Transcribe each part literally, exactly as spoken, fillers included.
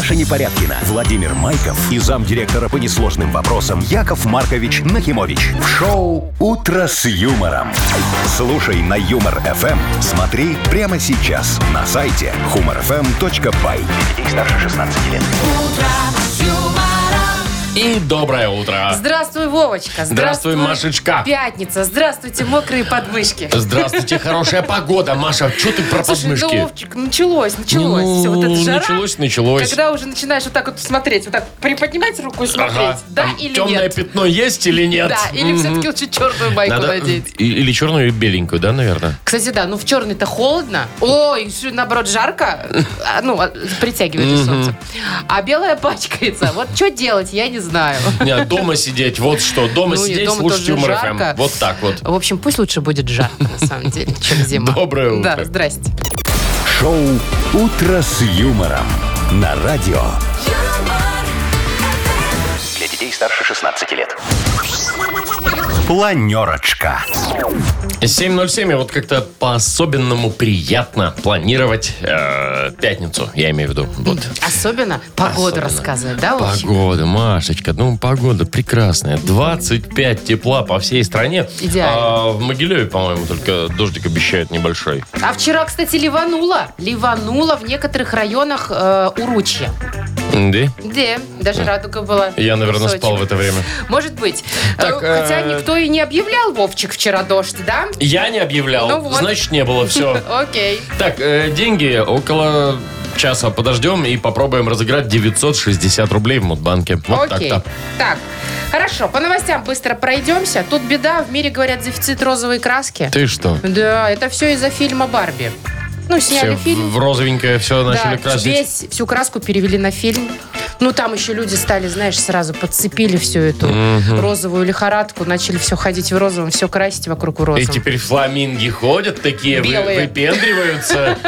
Маша Непорядкина, Владимир Майков и замдиректора по несложным вопросам Яков Маркович Нахимович. В шоу «Утро с юмором». Слушай на Юмор-ФМ. Смотри прямо сейчас на сайте humor f m точка by. Для детей старше шестнадцати лет. И доброе утро. Здравствуй, Вовочка. Здравствуй, Машечка. Пятница. Здравствуйте, мокрые подмышки. Здравствуйте, хорошая погода. Маша, что ты про Слушай, подмышки? ну, Вовчик, началось, началось. Ну, Все, вот это жара. началось, началось. Когда уже начинаешь вот так вот смотреть, вот так приподнимать руку и смотреть, Ага. да Там или темное нет. пятно есть или нет? Да, или Мгм. все-таки лучше черную майку Надо надеть. и- Или черную, и беленькую, да, наверное? Кстати, да, ну в черный-то холодно. Ой, что, наоборот, жарко. А, Ну, а, притягивает солнце. А белая пачкается. Вот что делать, я не знаю. Нет, дома сидеть, вот что. Дома Ну, и сидеть, дома слушать тоже Юмор жарко. ФМ. Вот так вот. В общем, пусть лучше будет жарко, на самом деле, чем зима. Доброе утро. Да, здрасте. Шоу «Утро с юмором» на радио. Для детей старше шестнадцати лет. Планерочка. семь ноль семь, и вот как-то по-особенному приятно планировать э, пятницу, я имею в виду. Вот. Особенно погоду Особенно. рассказывать, да, Вовчик? Погода, Машечка, ну погода прекрасная. двадцать пять тепла по всей стране. Идеально. А в Могилеве, по-моему, только дождик обещают небольшой. А вчера, кстати, ливануло. Ливануло в некоторых районах э, Уручья. Да? Да, даже радуга была. Я, наверное, Кусочек. спал в это время. Может быть. Так, Э, Хотя э, никто и не объявлял, Вовчик, вчера дождь, да? Я не объявлял, Ну вот. значит, не было, все. Окей. Так, э, деньги около часа подождем и попробуем разыграть девятьсот шестьдесят рублей в Мудбанке. Вот Окей. так-то. Так, хорошо, по новостям быстро пройдемся. Тут беда, в мире, говорят, дефицит розовой краски. Ты что? Да, это все из-за фильма «Барби». Ну, сняли Все фильм. в в розовенькое все начали Да, красить? весь, всю краску перевели на фильм. Ну, там еще люди стали, знаешь, сразу подцепили всю эту розовую лихорадку, начали все ходить в розовом, все красить вокруг в И розовом. теперь фламинги ходят такие, вы- Белые. выпендриваются.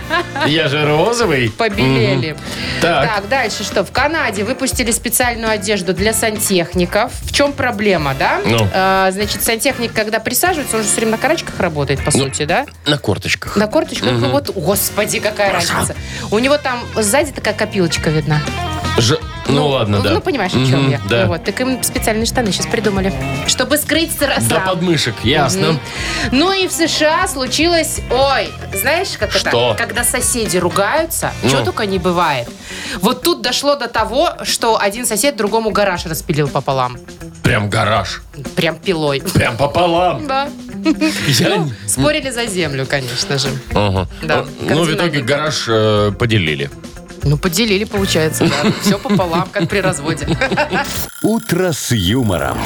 Я же розовый. Побелели. Мгм. Так. Так, дальше что? В Канаде выпустили специальную одежду для сантехников. В чем проблема, да? Ну. А, значит, сантехник, когда присаживается, он же все время на карачках работает, по Ну, сути, да? На корточках. На корточках, и вот, господи, какая разница. У него там сзади такая копилочка видна. Ж- Ну, ладно, да. Ну, понимаешь, о чем Мгм, я. Да. Ну, вот, так им специальные штаны сейчас придумали. Чтобы скрыть сразу. До подмышек, ясно. Мгм. Ну и в США случилось... Ой, знаешь, как Что? это? Когда соседи ругаются, Ну. что только не бывает. Вот тут дошло до того, что один сосед другому гараж распилил пополам. Прям гараж. Прям пилой. Прям пополам. Да. Я- Ну, спорили за землю, конечно же. Ага. Да, Ну, в итоге кардинально. гараж э, поделили. Ну, поделили, получается, да. Все пополам, как при разводе. «Утро с юмором».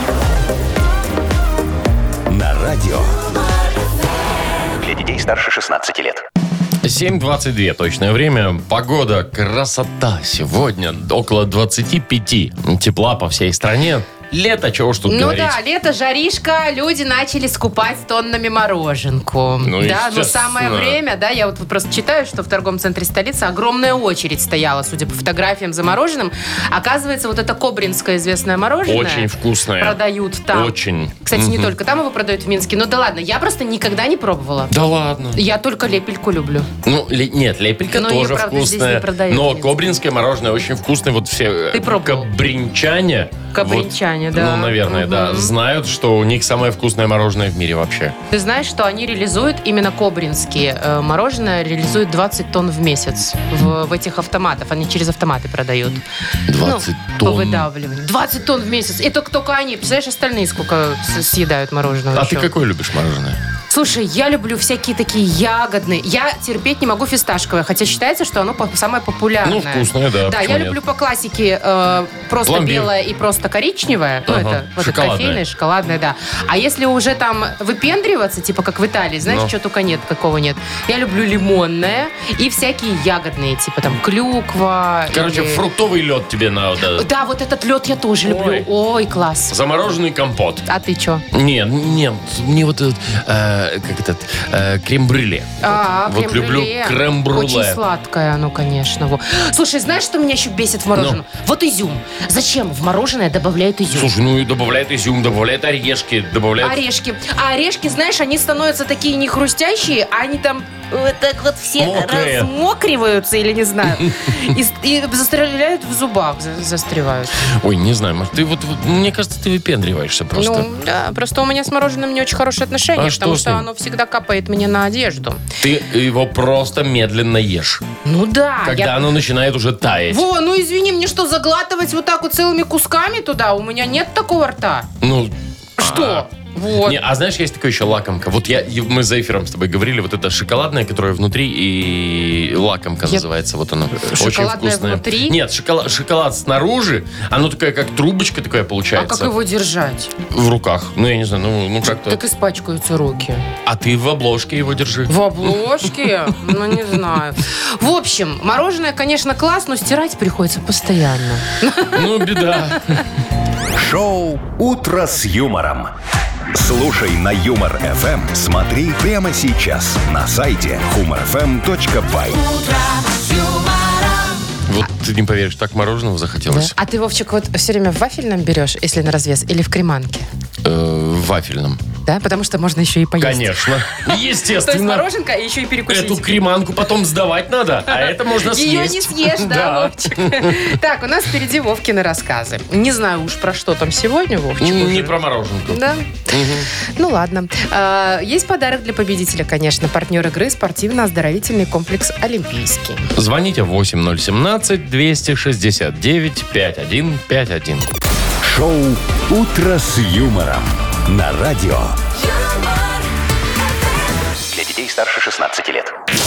На радио. Для детей старше шестнадцати лет. семь двадцать два точное время. Погода, красота. Сегодня около двадцати пяти. Тепла по всей стране. Лето, чего уж тут Ну говорить. да, лето, жаришка, люди начали скупать тоннами мороженку. Ну, да, но естественно. самое время, да, я вот просто читаю, что в торговом центре столицы огромная очередь стояла, судя по фотографиям, за мороженым. Оказывается, вот это кобринское известное мороженое. Очень вкусное. Продают там. Очень. Кстати, не Мгм. только там его продают в Минске. Ну да ладно, я просто никогда не пробовала. Да ладно. Я только лепельку люблю. Ну, ле- нет, лепелька Но ее, тоже правда, здесь вкусная. не продают, Но в Минске. кобринское мороженое очень вкусное. Вот все Ты пробовал? кобринчане. Кобринчане, вот, да. Ну, наверное, да. Мгм. Знают, что у них самое вкусное мороженое в мире вообще. Ты знаешь, что они реализуют, именно кобринские э, мороженое реализуют двадцать тонн в месяц в, в этих автоматах. Они через автоматы продают. двадцать ну, тонн. По выдавливанию. двадцать тонн в месяц. И только, только они. Представляешь, остальные сколько с- съедают мороженого А еще? ты какое любишь мороженое? Слушай, я люблю всякие такие ягодные. Я терпеть не могу фисташковое, хотя считается, что оно по- самое популярное. Ну, вкусное, да, Да, почему я нет? люблю по классике э, просто Пломбир. белое и просто коричневое. Ну, Ага, это вот это шоколадное. кофейное, шоколадное, да. А если уже там выпендриваться, типа как в Италии, знаешь, Ну. что только нет, какого нет. Я люблю лимонное и всякие ягодные, типа там клюква. Короче, или- фруктовый лед тебе надо. Да, вот этот лед я тоже люблю. Ой. Ой, класс. Замороженный компот. А ты что? Нет, нет, мне вот этот, э, как этот, э, крем-брюле. А, Вот люблю крем-брюле. крем-брюле. Очень сладкое оно, конечно. Во. Слушай, знаешь, что меня еще бесит в мороженом? Ну. Вот изюм. Зачем в мороженое добавляют изюм? Слушай, ну и добавляет изюм, добавляет орешки, добавляет... Орешки. А орешки, знаешь, они становятся такие не хрустящие, а они там вот так вот все Мокрые. размокриваются, или не знаю, и, и застреляют в зубах, за- застревают. Ой, не знаю, может, ты вот, вот, мне кажется, ты выпендриваешься просто. Ну, да, просто у меня с мороженым не очень хорошие отношения, А что потому с что ним? оно всегда капает мне на одежду. Ты его просто медленно ешь. Ну да. Когда я- оно начинает уже таять. Во, ну извини, мне что, заглатывать вот так вот целыми кусками туда? У меня нет такого рта. Ну, Что? Вот. Не, а знаешь, есть такая еще лакомка. Вот я, и мы за эфиром с тобой говорили, вот это шоколадная, которая внутри, и лакомка Я- называется. Вот она. Очень Шоколадная вкусная. внутри? Нет, шоколад, шоколад снаружи, оно такая, как трубочка такая А получается. как его держать? В руках. Ну, я не знаю, ну, ну как-то. Так испачкаются руки. А ты в обложке его держи. В обложке? Ну, не знаю. В общем, мороженое, конечно, класс, но стирать приходится постоянно. Ну, беда. Шоу «Утро с юмором». Слушай на Юмор эф эм. Смотри прямо сейчас на сайте humor f m точка by. Вот ты не поверишь, так мороженого захотелось. А ты, Вовчик, вот все время в вафельном берешь, если на развес, или в креманке? Э, в вафельном. Да, потому что можно еще и поесть. Конечно. То есть Естественно. мороженка и еще и перекусить. Эту креманку потом сдавать надо, а это можно съесть. Ее не съешь, да, Вовчик? Так, у нас впереди Вовкины рассказы. Не знаю уж про что там сегодня, Вовчик. Не уже. про мороженку. Да? Ну ладно. А, есть подарок для победителя, конечно. Партнер игры спортивно-оздоровительный комплекс «Олимпийский». Звоните восемь ноль семнадцать двести шестьдесят девять пятьдесят один пятьдесят один. Шоу «Утро с юмором» на радио. Для детей старше шестнадцати лет.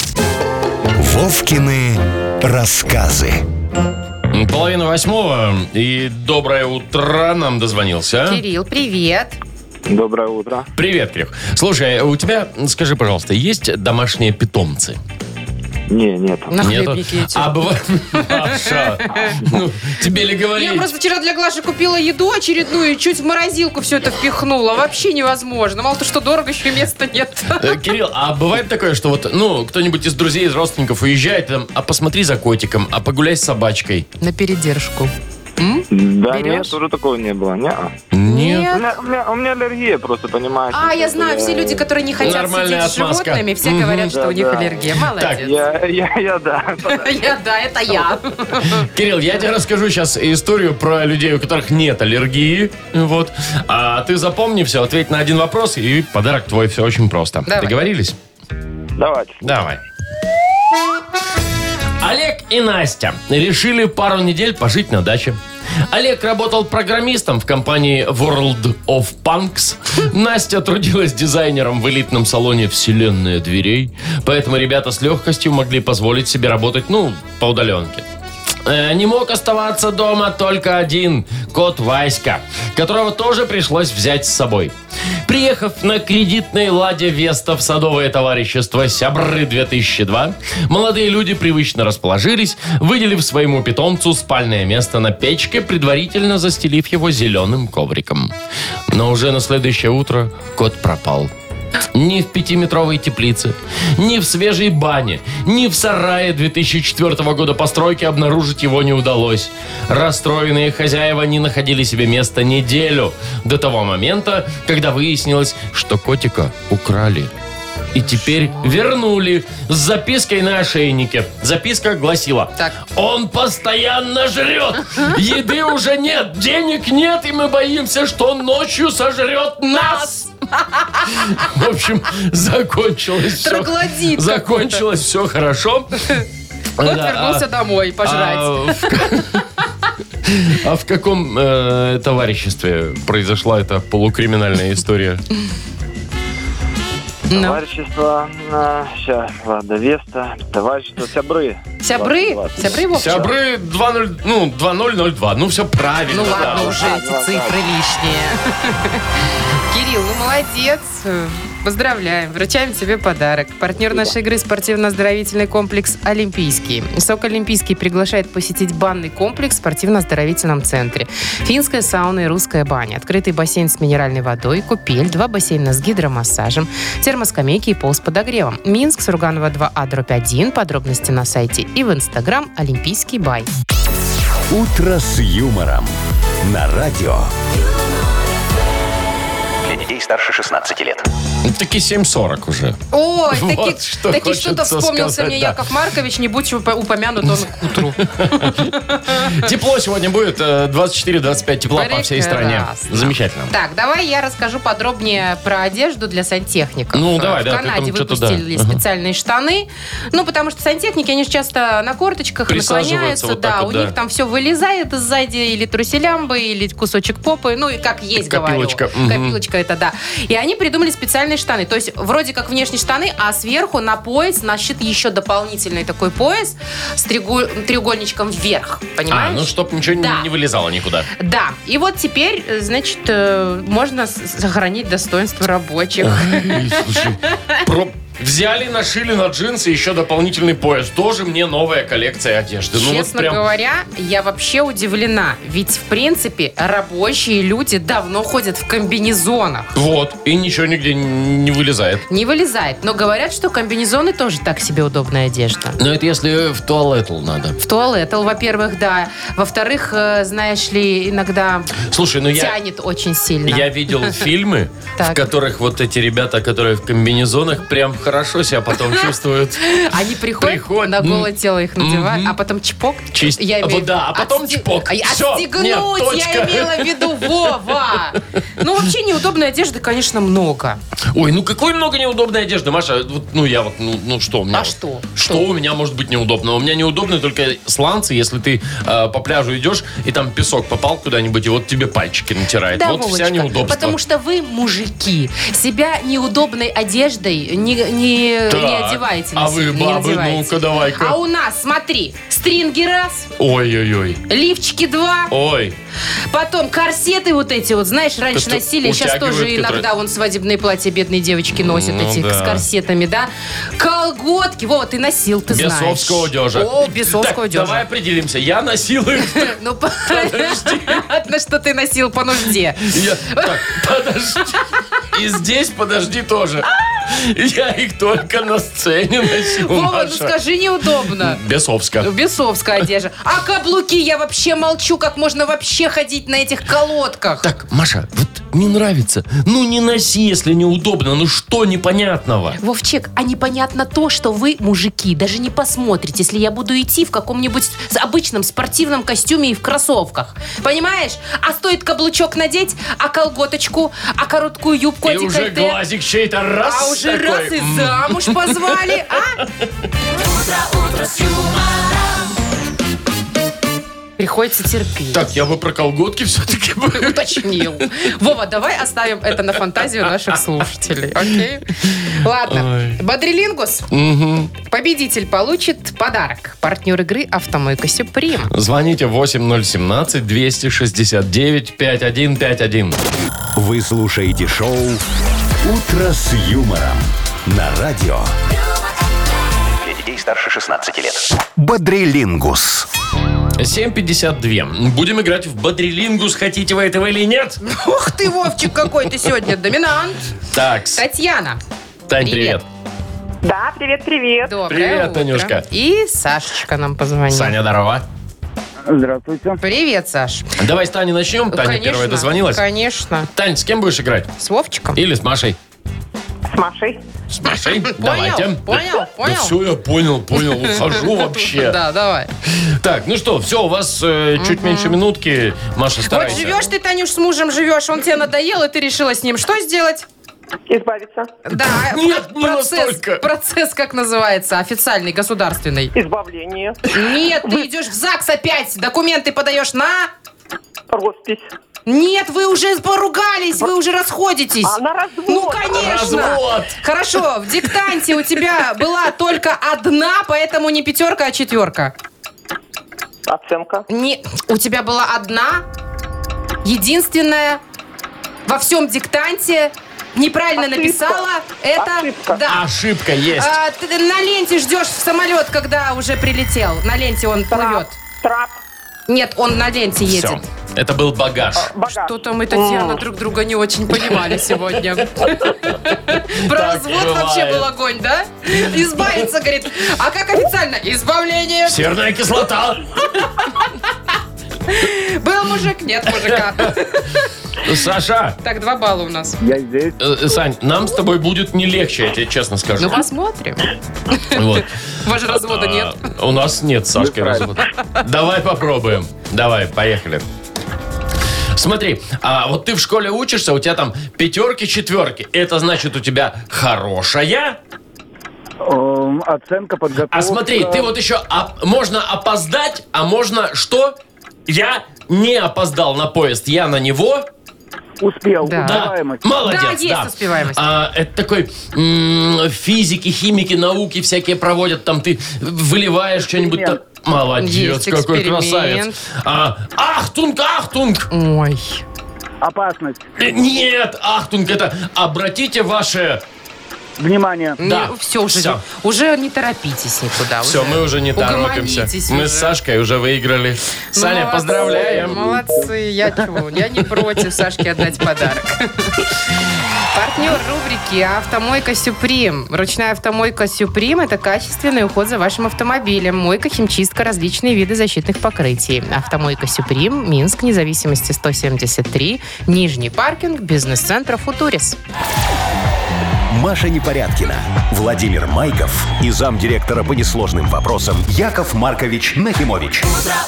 Вовкины рассказы. Половина восьмого, и доброе утро нам дозвонился. Кирилл, привет. Доброе утро. Привет, Кирилл. Слушай, у тебя, скажи, пожалуйста, есть домашние питомцы? Не, нет. На Нету? хлебнике эти. А бывает... Маша, ну, тебе ли говорить? Я просто вчера для Глаши купила еду очередную и чуть в морозилку все это впихнула. Вообще невозможно. Мало то, что дорого, еще и места нет. Э, Кирилл, а бывает такое, что вот, ну, кто-нибудь из друзей, из родственников уезжает, там, а посмотри за котиком, а погуляй с собачкой? На передержку. Да Берешь? нет, уже такого не было. Не-а. У, Нет. меня, у, меня, у меня аллергия просто, понимаете. А, я знаю, все люди, которые не хотят Нормальная сидеть с отмазка. животными, все Мгм. говорят, что у них Да-да. аллергия. Молодец. Я, я, я, да. Я, да, это я. Кирилл, я тебе расскажу сейчас историю про людей, у которых нет аллергии. Вот. А ты запомни все, ответь на один вопрос, и подарок твой. Все очень просто. Давай. Договорились? Давайте. Давай. Олег и Настя решили пару недель пожить на даче. Олег работал программистом в компании World of Punks. Настя трудилась дизайнером в элитном салоне «Вселенная дверей». Поэтому ребята с легкостью могли позволить себе работать, ну, по удаленке. Э, Не мог оставаться дома только один кот Васька, которого тоже пришлось взять с собой. Приехав на кредитной «Ладе Веста» в садовое товарищество «Сябры-две тысячи два», молодые люди привычно расположились, выделив своему питомцу спальное место на печке, предварительно застелив его зеленым ковриком. Но уже на следующее утро кот пропал. Ни в пятиметровой теплице, ни в свежей бане, ни в сарае две тысячи четвёртого года постройки обнаружить его не удалось. Расстроенные хозяева не находили себе места неделю до того момента, когда выяснилось, что котика украли. И теперь вернули с запиской на ошейнике. Записка гласила: Так. «Он постоянно жрет. Еды уже нет, денег нет, и мы боимся, что он ночью сожрет нас». В общем, закончилось все. Троглодит Закончилось все хорошо. Кот Да, вернулся а- домой пожрать. а в ка- А в каком э, товариществе произошла эта полукриминальная история? Ну. Товарищество, а, сейчас, ладно, Веста, товарищество Сябры. Сябры? двадцать двадцать. Сябры, Вовчик? Сябры два ноль, ну, два ноль ноль два. Ну, все правильно. Ну да. ладно, уже да, эти да, цифры лишние. Кирилл, ну молодец. Поздравляем. Вручаем тебе подарок. Партнер нашей игры — спортивно-оздоровительный комплекс «Олимпийский». СОК «Олимпийский» приглашает посетить банный комплекс в спортивно-оздоровительном центре. Финская сауна и русская баня. Открытый бассейн с минеральной водой, купель, два бассейна с гидромассажем, термоскамейки и пол с подогревом. Минск, Сурганова два А, дробь один. Подробности на сайте и в Инстаграм «Олимпийский бай». «Утро с юмором» на радио. Для детей детей старше шестнадцати лет. Таки семь сорок уже. Ой, Вот таки, что таки что-то хочется вспомнился сказать, мне да. Яков Маркович, не будь упо- упомянут он к утру. Тепло сегодня будет, э, двадцать четыре - двадцать пять тепла по всей стране. Прекрасно. Замечательно. Так, давай я расскажу подробнее про одежду для сантехников. Ну, давай, В да, ты Канаде там что-то, выпустили да. Ага. специальные штаны. Ну, потому что сантехники, они же часто на корточках Присаживаются наклоняются. вот да, так вот, у да. них там все вылезает сзади, или труселямбы, или кусочек попы. Ну, и как есть, Копилочка. говорю. Мгм. Копилочка, это да. И они придумали специальные штаны. То есть, вроде как внешние штаны, а сверху на пояс нашит еще дополнительный такой пояс с треугол- треугольничком вверх. Понимаешь? А, ну, чтоб ничего не- Да. не вылезало никуда. Да, и вот теперь, э, значит, э, можно с- сохранить достоинство рабочих. Ой, слушай, про- взяли, нашили на джинсы еще дополнительный пояс. Тоже мне новая коллекция одежды. Ну, вот Честно прям... говоря, я вообще удивлена. Ведь, в принципе, рабочие люди давно ходят в комбинезонах. Вот, и ничего нигде не вылезает. Не вылезает. Но говорят, что комбинезоны тоже так себе удобная одежда. Но это если в туалет надо. В туалет, во-первых, да. Во-вторых, э, знаешь ли, иногда Слушай, ну я... тянет очень сильно. Я видел фильмы, в Так. которых вот эти ребята, которые в комбинезонах, прям хорошо себя потом чувствуют. Они приходят, Приходят, на м, голое тело их надевают, мгм. а потом чпок. Чист- Я вот да, а потом отсте- чпок. А, Всё, Отстегнуть, нет, я точка. имела в виду, Вова. Ну, вообще неудобной одежды, конечно, много. Ой, ну какой много неудобной одежды, Маша. Вот, ну я вот, ну, ну что у меня? А вот- что? Что Что? у меня может быть неудобно? У меня неудобны только сланцы, если ты э, по пляжу идешь, и там песок попал куда-нибудь, и вот тебе пальчики натирает. Да, вот Вовочка, вся неудобство. потому что вы, мужики, себя неудобной одеждой не, не, Так, не одеваете. на а вы, себя, не бабы, надеваете. ну-ка, давай-ка. А у нас, смотри, стринги раз, Ой-ой-ой. лифчики два, Ой. потом корсеты вот эти вот, знаешь, раньше Которые носили, сейчас утягивают, тоже которые- иногда вон свадебные платья бедные девочки носят, Ну эти да. с корсетами, да. Колготки, вот, ты носил, ты знаешь. Бесовского одежа. О, бесовского Так, давай одежа. определимся. Я носил их. Ну, понятно, что ты носил по нужде. Я- так, подожди. И здесь подожди тоже. Я их только на сцене носил, Вова, ну Маша. скажи, неудобно. Бесовска. Бесовская одежда. А каблуки, я вообще молчу, как можно вообще ходить на этих колодках. Так, Маша, вот не нравится. Ну не носи, если неудобно. Ну что непонятного? Вовчик, а непонятно то, что вы, мужики, даже не посмотрите, если я буду идти в каком-нибудь с- обычном спортивном костюме и в кроссовках. Понимаешь? А стоит каблучок надеть, а колготочку, а короткую юбку, а И уже декольте. глазик чей-то раз А уже такой. раз и замуж позвали, а? Приходится терпеть. Так, я бы про колготки все-таки бы... Уточнил. Вова, давай оставим это на фантазию наших слушателей, окей? Ладно. Ой. Бодрилингус. Победитель получит подарок. Партнер игры «Автомойка Сюприм». Звоните восемь ноль семнадцать двести шестьдесят девять пятьдесят один пятьдесят один. Вы слушаете шоу «Утро с юмором» на радио. Для детей старше шестнадцати лет. Бодрилингус. семь пятьдесят два. Будем играть в Бодрилингус. Хотите вы этого или нет? Ух ты, Вовчик, какой ты сегодня доминант. Так, Татьяна. Тань, привет. привет. Да, привет-привет. Доброе Привет, утро. Танюшка. И Сашечка нам позвонил. Саня, здорово. Здравствуйте. Привет, Саш. Давай с Таней начнем. Таня Конечно, первая дозвонилась. Конечно. Тань, с кем будешь играть? С Вовчиком. Или с Машей? С Машей. С Машей? Понял, Давайте. понял, Да понял. все, я понял, понял. Ухожу вообще. Да, давай. Так, ну что, все, у вас э, чуть меньше минутки. Маша, Вот старайся. живешь ты, Танюш, с мужем живешь, он тебе надоел, и ты решила с ним что сделать? Избавиться. Да, Нет, не процесс, настолько. процесс, как называется, официальный, государственный. Избавление. Нет, ты идешь в ЗАГС опять, документы подаешь на... Роспись. Нет, вы уже поругались, вы уже расходитесь. А на развод. Ну, конечно. Развод. Хорошо, в диктанте у тебя была только одна, поэтому не пятерка, а четверка. Оценка. Не, у тебя была одна, единственная, во всем диктанте, неправильно Ошибка. написала. Это, Ошибка. да. Ошибка есть. А, ты на ленте ждешь самолет, когда уже прилетел. На ленте он плывет. Трап. Нет, он на ленте едет. Все. Это был багаж. Багаж. Что-то мы, Татьяна, друг друга не очень понимали сегодня. Про развод бывает. вообще был огонь, да? Избавиться, говорит. А как официально? Избавление. Серная кислота. Был мужик, нет мужика. Саша, Так, два балла у нас. Я здесь. э, Сань, нам с тобой будет не легче, я тебе честно скажу. Ну, посмотрим. Вот. У вас же развода нет. А, у нас нет с Сашкой развода. Давай попробуем. Давай, поехали. Смотри, а вот ты в школе учишься, у тебя там пятерки, четверки. Это значит, у тебя хорошая. Эм, Оценка, подготовка. А смотри, ты вот еще оп- можно опоздать, а можно что? Я не опоздал на поезд, я на него. Успел. Да. Успеваемость. Молодец, Да, есть да. успеваемость. А, это такой м, физики, химики, науки всякие проводят. Там ты выливаешь что-нибудь. Там. Молодец, Есть какой эксперимент. красавец. А, ахтунг, ахтунг. Ой. Опасность. Э, Нет, ахтунг, это обратите ваше... Внимание. Да, все, уже, всё. уже не торопитесь никуда. Все, мы уже не торопимся. угомонитесь Мы уже. с Сашкой уже выиграли. Саня, Молодцы, поздравляем. Молодцы, я чего? Я не против Сашке отдать подарок. Партнер рубрики «Автомойка Сюприм». Ручная автомойка Сюприм – это качественный уход за вашим автомобилем. Мойка, химчистка, различные виды защитных покрытий. Автомойка Сюприм, Минск, независимости сто семьдесят три, Нижний паркинг, бизнес-центр «Футурис». Маша Непорядкина, Владимир Майков и замдиректора по несложным вопросам Яков Маркович Нахимович.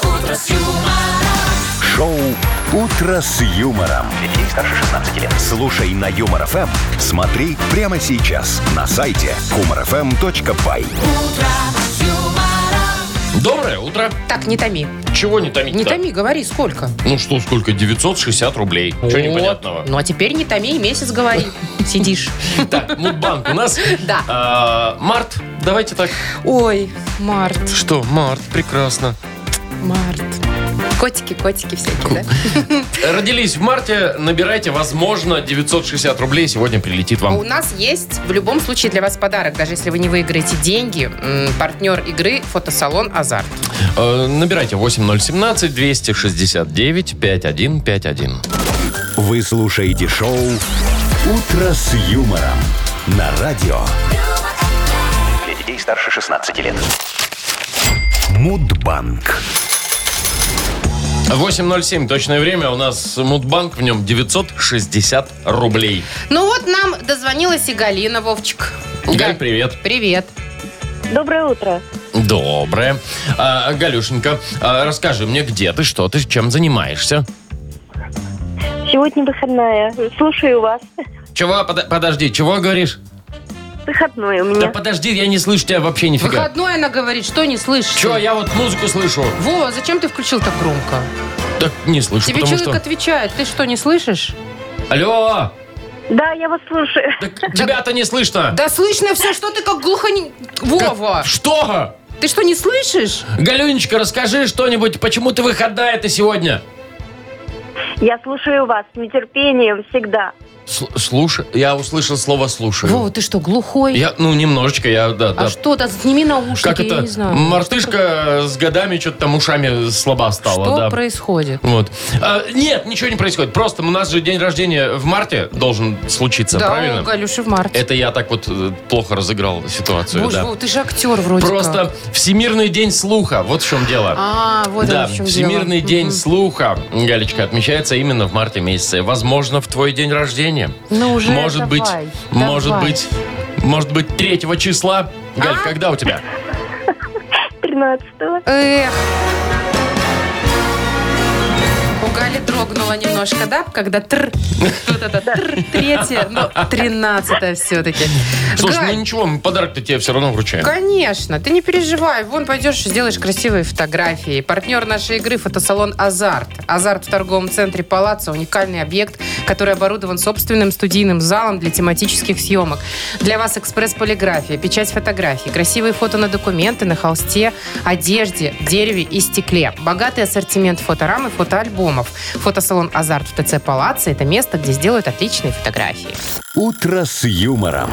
Шоу «Утро с юмором». Для детей старше шестнадцати лет. Слушай на Юмор ФМ. Смотри прямо сейчас на сайте humor эф эм точка бай. Доброе утро. Так, не томи. Чего не томить-то? Не томи, говори, сколько? Ну что, сколько? девятьсот шестьдесят рублей. Чего Вот. непонятного? Ну, а теперь не томи, и месяц говори. Сидишь. Так, Мудбанк у нас. Да. А, март. Давайте так. Ой, март, Что, март, прекрасно. март. Котики, котики всякие, да? Родились в марте, набирайте, возможно, девятьсот шестьдесят рублей сегодня прилетит У вам. нас есть в любом случае для вас подарок, даже если вы не выиграете деньги. М, Партнер игры – фотосалон «Азарт». Э, набирайте восемь ноль семнадцать двести шестьдесят девять пятьдесят один пятьдесят один. Вы слушаете шоу «Утро с юмором» на радио. Для детей старше шестнадцати лет. Мудбанк. восемь ноль семь точное время. У нас Мудбанк, в нем девятьсот шестьдесят рублей. Ну вот нам дозвонилась и Галина, Вовчик. Галь, Галь, привет. привет. Доброе утро. Доброе. А, Галюшенька, а, расскажи мне, где ты, что ты, чем занимаешься? Сегодня выходная. Слушаю вас. Чего? Под- подожди, чего говоришь? Выходной у Да меня. подожди, я не слышу тебя вообще нифига. Выходной, она говорит, что не слышишь? Че, я вот музыку слышу. Вова, зачем ты включил так громко? Так не слышу, Тебе потому человек что... отвечает, ты что, не слышишь? Алло, Да, я вас слушаю. так тебя-то не слышно. Да слышно все, что ты как глухонь... Вова, Что? ты что, не слышишь? Галюнечка, расскажи что-нибудь, почему ты выходная-то сегодня? Я слушаю вас с нетерпением всегда. Сл- Слушай, я услышал слово «слушаю». Вова, ты что, глухой? Я, ну, немножечко, я, да, да. А что-то, сними наушники, Как я это, не знаю. мартышка с годами что-то там ушами слаба стала, Что да. происходит? Вот. А, нет, ничего не происходит. Просто у нас же день рождения в марте должен случиться, Да, правильно? у Галюши в марте. Это я так вот э, плохо разыграл ситуацию, Боже, да. Вова, ты же актер вроде Просто как. Всемирный день слуха, вот в чем дело. А, вот да, оно в чем Всемирный дело. день Мгм. слуха, Галечка, отмечается именно в марте месяце. Возможно, в твой день рождения. Ну уже Может давай, быть, давай. может быть, может быть, третьего числа. Галь, А? когда у тебя? тринадцатого. Эх. У Гали дрогнула немножко, да, когда тр, вот это тр, третье, но тринадцатое все-таки. Слушай, Галь, ну ничего, мы подарок-то тебе все равно вручаем. конечно, ты не переживай. Вон пойдешь, сделаешь красивые фотографии. Партнер нашей игры – фотосалон «Азарт». «Азарт» в торговом центре «Палаццо» – уникальный объект, который оборудован собственным студийным залом для тематических съемок. Для вас экспресс-полиграфия, печать фотографий, красивые фото на документы, на холсте, одежде, дереве и стекле. Богатый ассортимент фоторам и фотоальбомов. Фотосалон «Азарт» в ТЦ «Палаццо» – это место, где сделают отличные фотографии. «Утро с юмором».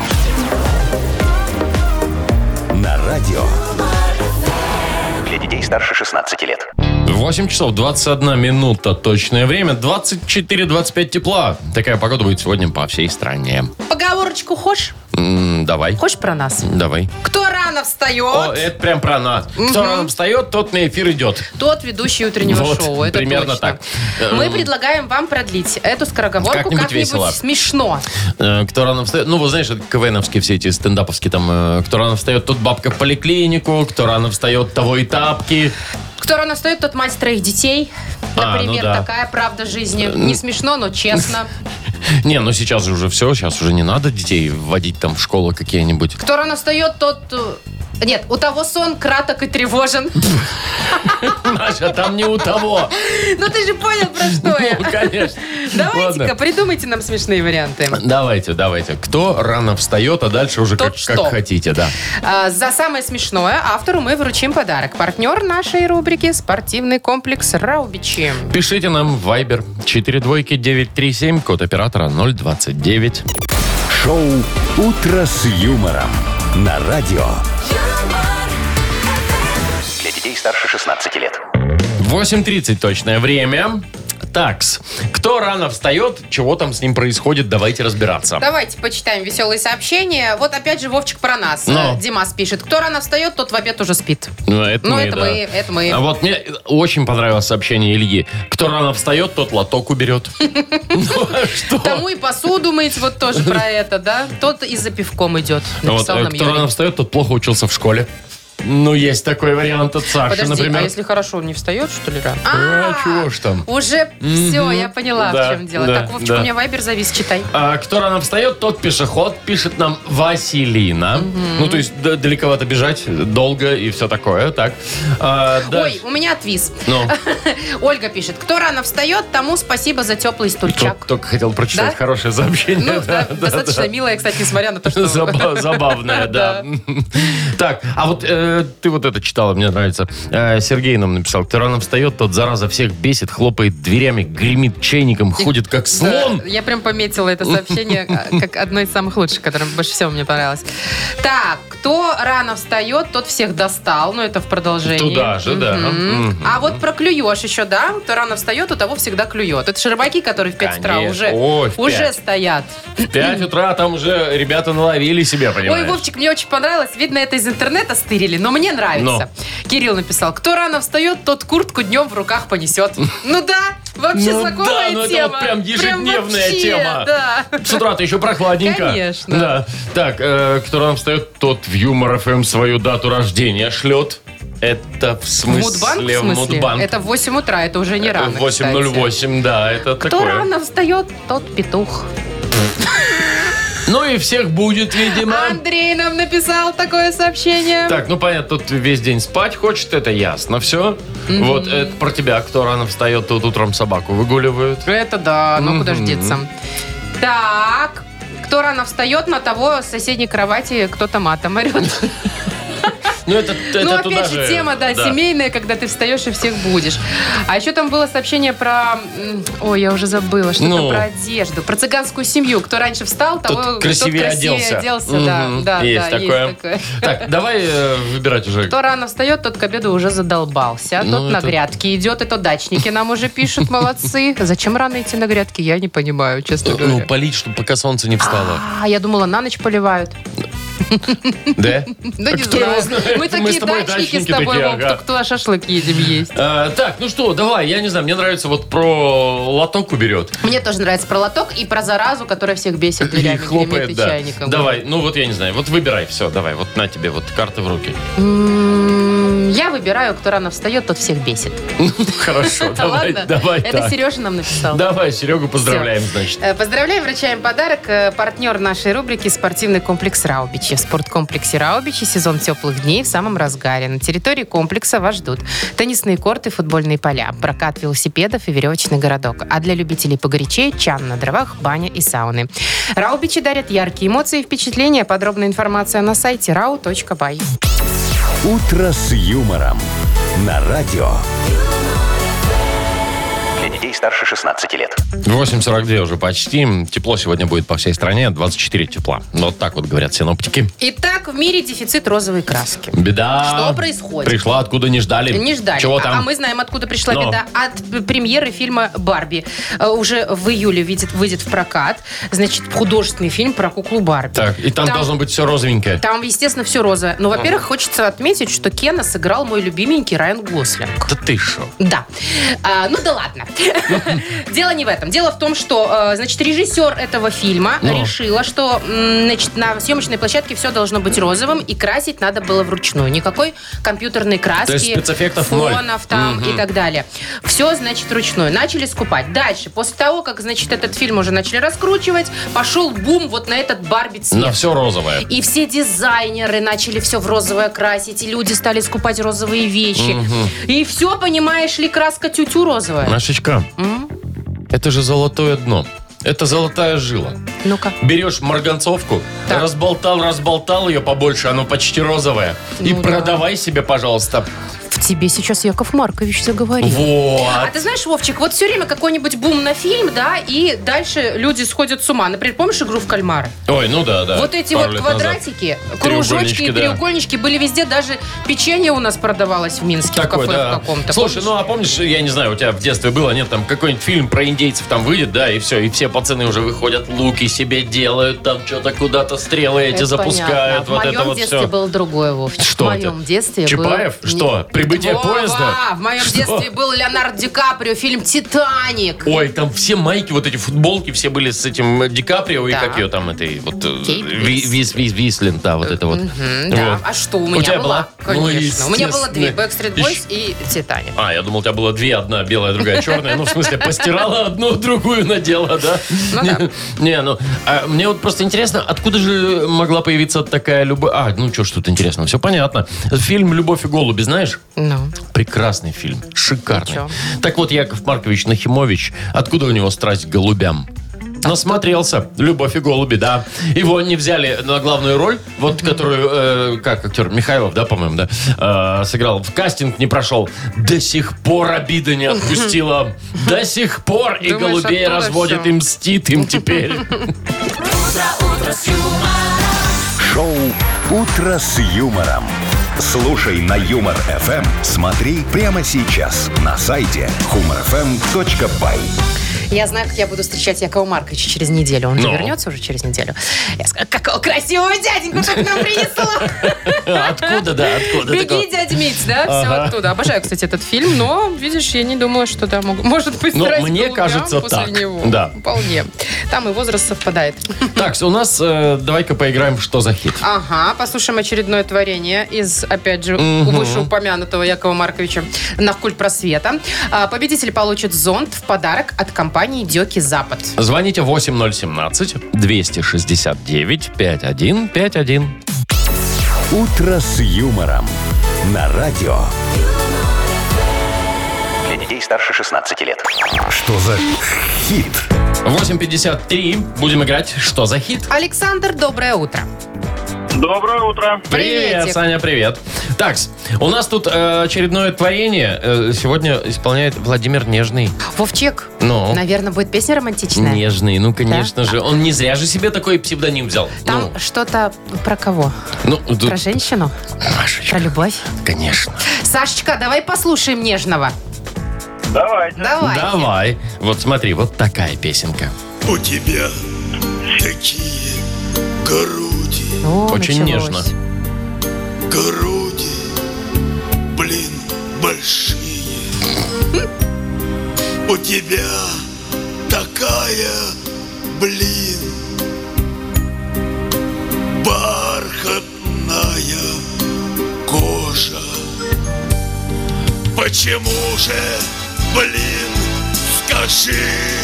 На радио. Для детей старше шестнадцати лет. восемь часов двадцать одна минута точное время. двадцать четыре двадцать пять тепла. Такая погода будет сегодня по всей стране. Поговорочку хочешь? М, Давай. Хочешь про нас? Давай. Кто рано встает, О, это прям про нас. Кто рано встает, тот на эфир идет. тот ведущий утреннего Вот, шоу. Это примерно точно. так. Мы предлагаем вам продлить эту скороговорку Как-нибудь как-нибудь весело. смешно. Э, Кто рано встает, ну, вот знаешь, это КВНовские все эти стендаповские там, э, кто рано встает, тот бабка в поликлинику, кто рано встает, того и тапки. Кто рано встает, тот мать троих детей. А, Например, ну да. такая правда жизни. Не смешно, но честно. Не, ну сейчас же уже все, сейчас уже не надо детей вводить там в школы какие-нибудь. Кто рано встает, тот... э, Нет, у того сон краток и тревожен. Маша, там не у того. Ну ты же понял, про что я. Ну, конечно. Давайте-ка, Ладно. придумайте нам смешные варианты. Давайте, давайте. Кто рано встает, а дальше уже Тот как, что? как хотите, да. А, За самое смешное автору мы вручим подарок. Партнер нашей рубрики «Спортивный комплекс Раубичи». Пишите нам в Viber четыре двойки девять три семь, код оператора ноль двадцать девять. Шоу «Утро с юмором» на радио. Для детей старше шестнадцати лет. восемь тридцать точное время. Такс. Кто рано встает, чего там с ним происходит, давайте разбираться. Давайте почитаем веселые сообщения. Вот опять же Вовчик про нас. Ну. Э, Димас пишет. Кто рано встает, тот в обед уже спит. Ну, это Ну, мы, это да. мы, это мы. А вот мне очень понравилось сообщение Ильи. Кто рано встает, тот лоток уберет. Ну, а что? Тому и посуду мыть, вот тоже про это, да? Тот и за пивком идет. Вот, Написал э, нам кто Юрий. рано встает, тот плохо учился в школе. Ну, есть такой вариант от Саши, Подожди, например. а если хорошо, он не встает, что ли, рано? А, чего ж там? Уже все, я поняла, Да, в чем дело. да, Так, Вовчик, да. у меня вайбер завис, читай. А кто рано встает, тот пешеход, пишет нам Василина. Ну, то есть д- далековато бежать, долго и все такое, так. А, Ой, дальше. у меня отвис. Ну, Ольга пишет. Кто рано встает, тому спасибо за теплый стульчак. только, только хотел прочитать Да? хорошее сообщение. Ну, да, да, достаточно да. милая, кстати, несмотря на то, что... Заба- Забавное, да. Так, а вот э, ты вот это читала, мне нравится. Э, Сергей нам написал. Кто рано встает, тот зараза всех бесит, хлопает дверями, гремит чайником, ходит как слон. Да, я прям пометила это сообщение а, как одно из самых лучших, которое больше всего мне понравилось. Так, кто рано встает, тот всех достал. Ну, это в продолжении. Туда же, да. Мгм. Мгм. А вот про клюешь еще, да? Кто рано встает, у того всегда клюет. Это же рыбаки, которые в пять утра Конечно. уже, Ой, в уже пять. стоят. В пять утра там уже ребята наловили себя, понимаешь? Ой, Вовчик, мне очень понравилось. Видно, это из интернета стырили, но мне нравится. Кирилл написал, кто рано встает, тот куртку днем в руках понесет. Ну да, вообще Ну знакомая да, ну это тема. вот прям ежедневная вообще, тема. Да. С утра-то еще прохладненько. Конечно. Да. Так, э, кто рано встает, тот в Юмор ФМ свою дату рождения шлет. Это в В смысле? Мудбанк, в смысле? Мудбанк. Это в восемь утра, это уже не рано, В восемь ноль восемь, да, это Кто такое. рано встает, тот петух. Ну и всех будет, видимо. Андрей нам написал такое сообщение. Так, ну понятно, тут весь день спать хочет, это ясно, все. Вот, это про тебя, кто рано встает, тут утром собаку выгуливают. Это да, ну куда ж Мгм. деться. Так, кто рано встает, на того с соседней кровати кто-то матом орет. Ну это, это Ну, туда опять же, тема, да, семейная, когда ты встаешь и всех будешь. А еще там было сообщение про... м, Ой, я уже забыла, что-то Ну. про одежду. Про цыганскую семью. Кто раньше встал, того Тот тот красивее красивее оделся. оделся. Мгм. Да, да, Есть да, такое. есть такое. Так, давай э, выбирать уже. Кто рано встает, тот к обеду уже задолбался. Ну, Тот на это- грядки идет, и то дачники нам уже пишут, молодцы. Зачем рано идти на грядки, я не понимаю, честно Ну, говоря. полить, чтобы пока солнце не встало. А, я думала, на ночь поливают. Да? Да не Кто его знаю. знает? Мы Мы такие с тобой дачники с дачники тобой, такие, Вов, ага. только туда шашлык едем есть. А, так, ну что, давай, я не знаю, мне нравится вот про лоток уберет. Мне тоже нравится про лоток и про заразу, которая всех бесит И дверями, гремит хлопает, и да. чайником. Давай, ну вот я не знаю, вот выбирай, все, давай, вот на тебе, вот карты в руки. М, Я выбираю, кто рано встает, тот всех бесит. Хорошо, давай, Ладно? давай Это так. Сережа нам написал. Давай, Серегу поздравляем, значит. Э, Поздравляем, вручаем подарок. Э, Партнер нашей рубрики «Спортивный комплекс Раубичи». В спорткомплексе Раубичи сезон теплых дней в самом разгаре. На территории комплекса вас ждут теннисные корты, футбольные поля, прокат велосипедов и веревочный городок. А для любителей погорячее – чан на дровах, баня и сауны. Раубичи дарят яркие эмоции и впечатления. Подробная информация на сайте рау точка бай. «Утро с юмором» на радио. Для детей старше шестнадцати лет. восемь сорок два уже почти. Тепло сегодня будет по всей стране. двадцать четыре тепла. Вот так вот говорят синоптики. Итак, в мире дефицит розовой краски. Беда. Что происходит? Пришла, откуда не ждали. Не ждали. Чего а, там? а мы знаем, откуда пришла Но. беда. От премьеры фильма «Барби». Э, Уже в июле выйдет, выйдет в прокат. Значит, художественный фильм про куклу Барби. Так, и там, Там- должно быть все розовенькое. Там, естественно, все розовое. Но, во-первых, хочется отметить, что Кена сыграл мой любименький Райан Гослинг. Да ты шо? Да. А, ну да ладно. Дело не в этом. Дело в том, что, э, значит, режиссер этого фильма Но. решила, что, м, значит, на съемочной площадке все должно быть розовым, и красить надо было вручную. Никакой компьютерной краски, То есть спецэффектов ноль. фонов там и так далее. Все, значит, вручную. Начали скупать. Дальше, после того, как, значит, этот фильм уже начали раскручивать, пошел бум вот на этот Барби цвет. На все розовое. И все дизайнеры начали все в розовое красить, и люди стали скупать розовые вещи. И все, понимаешь ли, краска тютю розовая. Машечка, это же золотое дно. Это золотая жила. Ну-ка. Берешь марганцовку, Так. разболтал, разболтал ее побольше, оно почти розовое. И Ну да. продавай себе, пожалуйста. В тебе сейчас Яков Маркович заговорил. Вот. А ты знаешь, Вовчик, вот все время какой-нибудь бум на фильм, да, и дальше люди сходят с ума. Например, помнишь игру в кальмара? Ой, ну да, да. Вот эти Пару вот лет квадратики, назад. кружочки и Треугольнички, да. треугольнички были везде. Даже печенье у нас продавалось в Минске, Такой, в кафе да. в каком-то. Слушай, помнишь? ну а помнишь, я не знаю, у тебя в детстве было, нет, там какой-нибудь фильм про индейцев там выйдет, да, и все, и все пацаны уже выходят, луки себе делают, там что-то куда-то стрелы эти Это запускают, понятно. вот В моем это вот детстве все. было другое, Вовчик. Что в моем это? детстве Чапаев? был... Что? Прибытие Вова! поезда? В моем Что? детстве был Леонардо Ди Каприо, фильм «Титаник». Ой, там все майки, вот эти футболки, все были с этим Ди Каприо и Да. как ее там, этой вот... э, Кейт Ви- Уинслет. Вис, Вис, Вислин, да, вот это вот. Мгм, да. Вот. А что, у У меня тебя была? была? Ну, Конечно. у меня было две. естественно. Backstreet Boys и «Титаник». А, я думал, у тебя было две, одна белая, другая черная. Ну, в смысле, постирала одну, другую надела, да? Ну не, да. не, ну, а мне вот просто интересно, откуда же могла появиться такая любовь? А, ну, что ж тут интересно, все понятно. Фильм «Любовь и голуби», знаешь? Ну. Прекрасный фильм, И шикарный. чё? Так вот, Яков Маркович Нахимович, откуда у него страсть к голубям? Насмотрелся. «Любовь и голуби», да. Его не взяли на главную роль, вот которую, э, как актер Михайлов, да, по-моему, да, э, сыграл. В кастинг не прошел. До сих пор обида не отпустила. До сих пор. И Думаешь, голубей оттуда разводит, всё? и мстит им теперь. Шоу «Утро с юмором». Слушай на Юмор эф эм. Смотри прямо сейчас на сайте humor f m точка by. Я знаю, как я буду встречать Якова Марковича через неделю. Он же Ну. вернется уже через неделю. Я скажу, какого красивого дяденьку ты к нам принесла. Откуда, да, откуда? Беги, такое? дядя Мить, да? Все оттуда. Обожаю, кстати, этот фильм, но, видишь, я не думала, что там могу- может быть Ну, страсть к мне голубям кажется, после так. него. Да. Вполне. Там и возраст совпадает. Так, у нас, э, давай-ка поиграем в «Что за хит?». Ага, послушаем очередное творение из, опять же, вышеупомянутого Якова Марковича на культ просвета. А, Победитель получит зонт в подарок от компании «Дёки Запад». Звоните восемь ноль семнадцать двести шестьдесят девять пятьдесят один пятьдесят один. «Утро с юмором» на радио. Для детей старше шестнадцати лет. Что за хит? восемь пятьдесят три. Будем играть «Что за хит?». Александр, доброе утро. Доброе утро. Привет, Приветик. Саня, привет. Так, у нас тут э, очередное творение э, сегодня исполняет Владимир Нежный. Вовчик, Ну? наверное, будет песня романтичная. Нежный, ну, конечно Да? же. Он не зря же себе такой псевдоним взял. Там что-то про кого? ну, ну, тут, Про женщину? Машечка, Про любовь? конечно. Сашечка, давай послушаем нежного. Давайте. Давай. Давай. Вот смотри, вот такая песенка. У тебя такие груди, О, Очень началось. нежно. груди, блин, большие. У тебя такая, блин, бархатная кожа. Почему же, блин, скажи?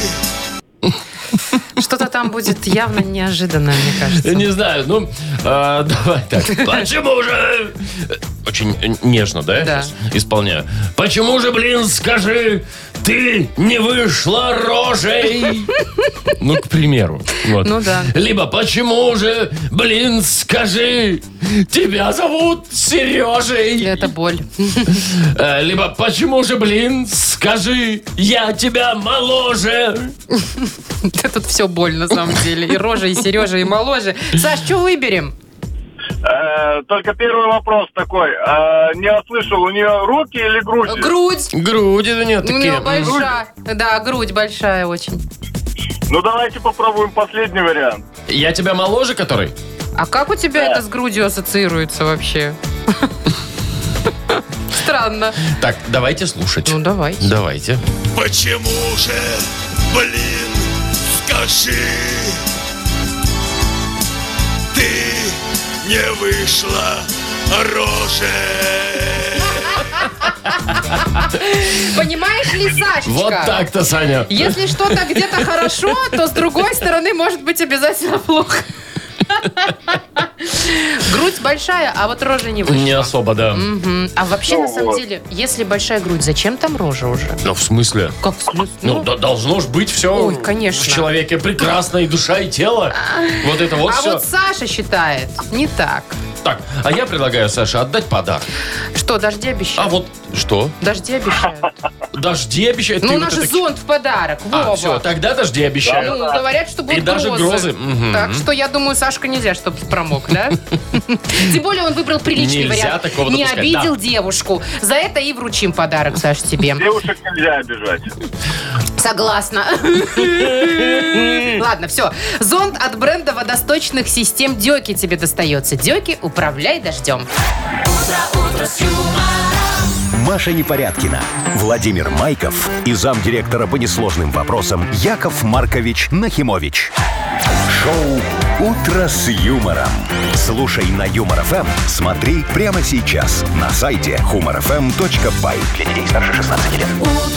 Что-то там будет явно неожиданно, мне кажется. Не знаю, ну, а, давай так. Почему же... Очень э, нежно, да, я Да. сейчас исполняю. Почему же, блин, скажи, ты не вышла рожей? Ну, к примеру. Вот. Ну да. Либо почему же, блин, скажи, тебя зовут Сережей. Это боль. Э, Либо почему же, блин, скажи, я тебя моложе. Да тут все боль на самом деле. И рожа, и Сережа, и моложе. Саш, что выберем? Э, Только первый вопрос такой. Э, Не услышал, у нее руки или грудь? Грудь. Груди у нее У нее такие. большая. Да, грудь большая очень. Ну, давайте попробуем последний вариант. Я тебя моложе, который? А как у тебя это с грудью ассоциируется вообще? Странно. Так, давайте слушать. Ну, давайте. Давайте. Почему же, блин, скажи, ты не вышла роже? Понимаешь ли, Сашечка? Вот так-то, Саня. Если что-то где-то хорошо, то с другой стороны может быть обязательно плохо. Грудь большая, а вот рожа не вышла. Не особо, да. Мгм. А вообще, Ну на самом вот. деле, если большая грудь, зачем там рожа уже? Ну, в смысле? Как в смысле? Ну, да, должно ж быть все Ой, конечно. в человеке прекрасно, и душа, и тело. Вот это вот а все. вот Саша считает не так. Так, а я предлагаю, Саше, отдать подарок. Что, дожди обещают? А вот что? Дожди обещают. Дожди обещают? Ну, Ты у вот нас же это- зонт в подарок, Вова. А, все, тогда дожди обещают. Ну, говорят, что будут И даже грозы. Мгм. Так что, я думаю, Сашка нельзя, чтобы промок, да? Тем более он выбрал приличный Нельзя вариант. такого Не допускать, обидел девушку. За это и вручим подарок, Саш, тебе. Девушек нельзя обижать. Согласна. Ладно, все. Зонт от бренда водосточных систем Дёки тебе достается. Дёки, управляй дождем. Маша Непорядкина, Владимир Майков и замдиректора по несложным вопросам Яков Маркович Нахимович. Шоу «Утро с юмором». Слушай на Юмор ФМ, смотри прямо сейчас на сайте humor эф эм точка бай. Для детей старше шестнадцати лет.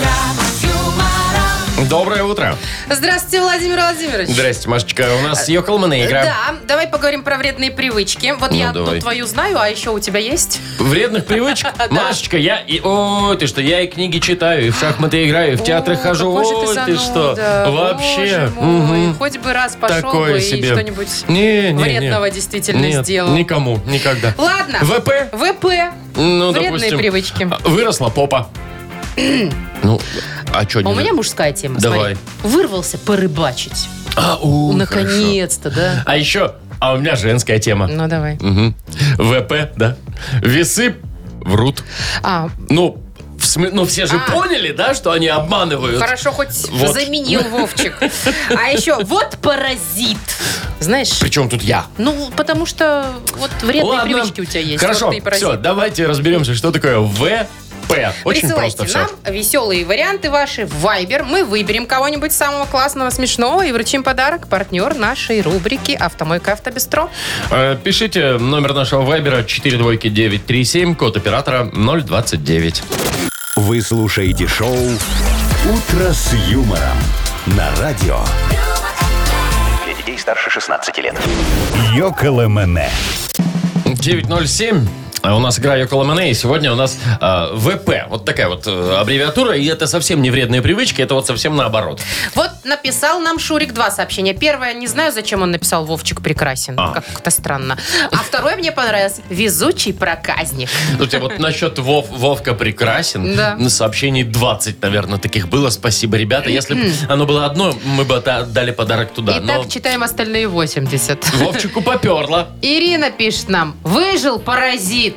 Доброе утро. Здравствуйте, Владимир Владимирович. Здрасте, Машечка. У нас ёкалмане игра. Да, давай поговорим про вредные привычки. Вот Ну, я давай. одну твою знаю, а еще у тебя есть? Вредных привычек? Машечка, я и... Ой, ты что, я и книги читаю, и в шахматы играю, и в театры О, хожу. какой же Ой, ты что? зануда. Вообще. Боже мой, Мгм. хоть бы раз пошел Такое бы себе. и что-нибудь Не, не, вредного не. действительно Нет, сделал. никому, никогда. Ладно. ВП? ВП. Ну, Вредные допустим, привычки. а, Выросла попа. Ну, а что А не... у меня мужская тема. Давай. Смотри. Вырвался порыбачить. А, у, Наконец-то, да? хорошо. А еще, а у меня женская тема. Ну, давай. Мгм. ВП, да. Весы врут. А, Ну, в смы- ну все же А. поняли, да, что они обманывают. хорошо, хоть Вот. заменил Вовчик. А еще, вот паразит. Знаешь, Причем тут я? ну, потому что вот вредные Ладно. привычки у тебя есть. Хорошо, вот ты и паразит. все, давайте разберемся, что такое ВП. Очень Присылайте просто все. нам веселые варианты ваши в Viber. Мы выберем кого-нибудь самого классного, смешного и вручим подарок. Партнер нашей рубрики «Автомойка Автобестро». Э, Пишите номер нашего вайбера четыре двойки девять три семь, код оператора ноль двадцать девять. Вы слушаете шоу «Утро с юмором» на радио Для детей старше шестнадцати лет. «Йоколэмэне». девять ноль семь. А у нас игра Йоколэмэне, и сегодня у нас э, ВП. Вот такая вот э, аббревиатура, и это совсем не вредные привычки, это вот совсем наоборот. Вот написал нам Шурик два сообщения. Первое, не знаю, зачем он написал «Вовчик прекрасен». А. Как-то странно. А второе мне понравилось. «Везучий проказник». Слушайте, вот насчет Вов, Вовка прекрасен, Да. на сообщений двадцать, наверное, таких было. Спасибо, ребята. Если бы оно было одно, мы бы отдали подарок туда. Но Итак, читаем остальные восемьдесят. Вовчику поперло. Ирина пишет нам: «Выжил паразит».